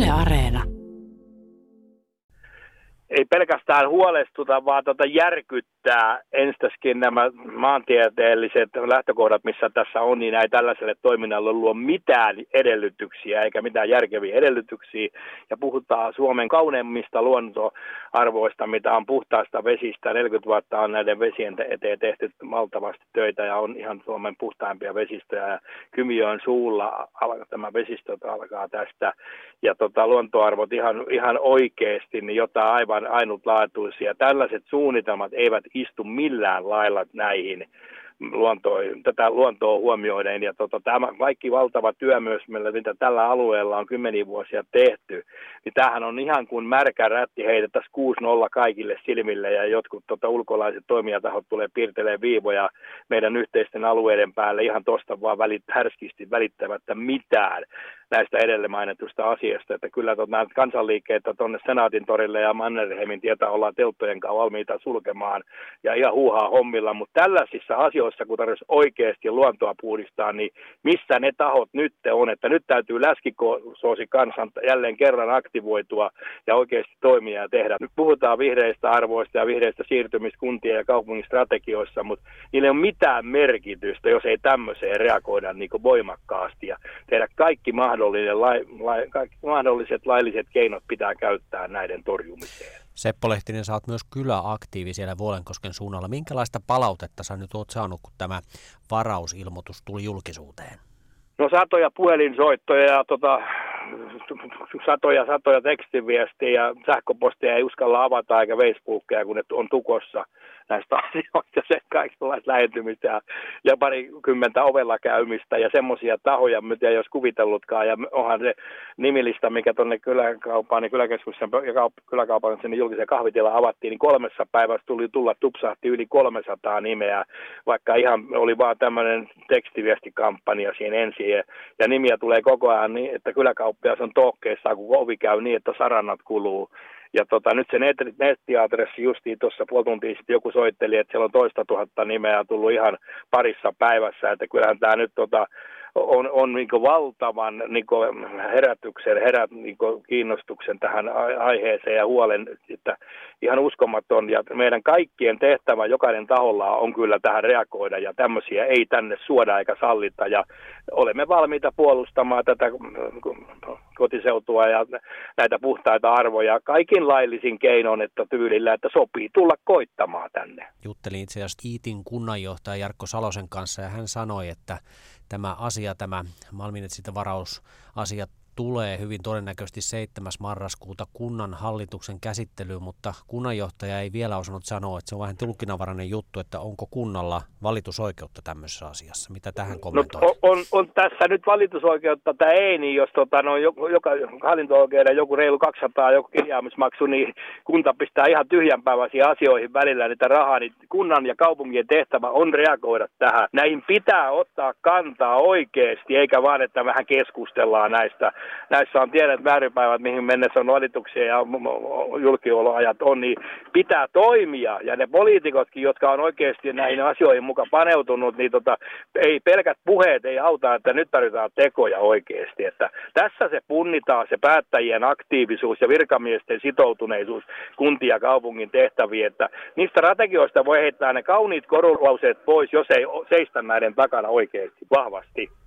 Areena. Ei pelkästään huolestuta, vaan järkyttää ensistäkin nämä maantieteelliset lähtökohdat, missä tässä on, niin ei tällaiselle toiminnalle luo mitään edellytyksiä eikä mitään järkeviä edellytyksiä. Ja puhutaan Suomen kauneimmista luontoarvoista, mitä on puhtaista vesistä. 40 vuotta on näiden vesien eteen tehty valtavasti töitä ja on ihan Suomen puhtaimpia vesistöjä. Ja Kymijoen suulla tämä vesistö alkaa tästä. Ja luontoarvot ihan oikeasti, niin jotain aivan ainutlaatuisia. Tällaiset suunnitelmat eivät istu millään lailla näihin tätä luontoa huomioiden. Ja tämä kaikki valtava työ myös, mitä tällä alueella on kymmeniä vuosia tehty, niin tämähän on ihan kuin märkä rätti heitettäisiin 6-0 kaikille silmille ja jotkut ulkolaiset toimijatahot tulee piirtelemään viivoja meidän yhteisten alueiden päälle ihan tuosta vaan härskisti välittämättä mitään näistä edellä mainitusta asiasta, että kyllä nämä kansanliikkeitä tuonne Senaatin torille ja Mannerheimin tietä ollaan telttojen kanssa valmiita sulkemaan ja ihan huuhaa hommilla, mutta tällaisissa asioissa, kun tarvitsisi oikeasti luontoa puhdistaa, niin missä ne tahot nyt on, että nyt täytyy läskikoosi kansan jälleen kerran aktivoitua ja oikeasti toimia ja tehdä. Nyt puhutaan vihreistä arvoista ja vihreistä siirtymistä kuntien ja kaupungin strategioissa, mutta niillä ei ole mitään merkitystä, jos ei tämmöiseen reagoida niin kuin voimakkaasti ja tehdä kaikki mahdolliset lailliset keinot pitää käyttää näiden torjumiseen. Seppo Lehtinen, sä oot myös kyläaktiivi siellä Vuolenkosken suunnalla. Minkälaista palautetta sä nyt oot saanut, kun tämä varausilmoitus tuli julkisuuteen? No satoja puhelinsoittoja ja satoja tekstiviestiä ja sähköpostia ei uskalla avata eikä Facebookia, kun ne on tukossa näistä asioista, se kaikenlaista lähentymistä ja parikymmentä ovella käymistä ja semmoisia tahoja, mitä ei olisi kuvitellutkaan. Ja onhan se nimilista, mikä tuonne kyläkaupaan ja kyläkeskuksen ja kyläkaupan sinne julkisen kahvitilaan avattiin, niin 3 päivässä tupsahti yli 300 nimeä, vaikka ihan oli vaan tämmöinen tekstiviestikampanja siinä ensin. Ja nimiä tulee koko ajan niin, että kyläkauppias on tohkeissaan, kun ovi käy niin, että saranat kuluu. Ja nyt se nettiadressi justiin tuossa puoli tuntia sitten joku soitteli, että siellä on 2 000 nimeä tullut ihan parissa päivässä, että kyllähän tämä nyt on niin valtavan niin niin kiinnostuksen tähän aiheeseen ja huolen, että ihan uskomaton. Ja meidän kaikkien tehtävä, jokainen taholla on kyllä tähän reagoida ja tämmöisiä ei tänne suoda eikä sallita. Ja olemme valmiita puolustamaan tätä kotiseutua ja näitä puhtaita arvoja kaikin laillisin keinoin, että tyylillä, että sopii tulla koittamaan tänne. Juttelin itse asiassa Iitin kunnanjohtaja Jarkko Salosen kanssa ja hän sanoi, että tämä malminetsintävarausasia tulee hyvin todennäköisesti 7. marraskuuta kunnan hallituksen käsittelyyn, mutta kunnanjohtaja ei vielä osannut sanoa, että se on vähän tulkinnanvarainen juttu, että onko kunnalla valitusoikeutta tämmöisessä asiassa. Mitä tähän kommentoit? No, on tässä nyt valitusoikeutta tai ei, niin jos joka hallinto-oikeuden joku reilu 200 joku kirjaamismaksu, niin kunta pistää ihan tyhjänpäiväisiin asioihin välillä niitä rahaa, niin kunnan ja kaupungin tehtävä on reagoida tähän. Näihin pitää ottaa kantaa oikeasti, eikä vaan, että vähän keskustellaan näistä. Näissä on tiedät määräpäivät, mihin mennessä on valituksia ja julkioloajat on, niin pitää toimia. Ja ne poliitikotkin, jotka on oikeasti näihin asioihin mukaan paneutunut, niin ei pelkät puheet ei auta, että nyt tarvitaan tekoja oikeasti. Että tässä se punnitaan se päättäjien aktiivisuus ja virkamiesten sitoutuneisuus kuntien ja kaupungin tehtäviin. Että niistä strategioista voi heittää ne kauniit korulauseet pois, jos ei seistä näiden takana oikeasti vahvasti.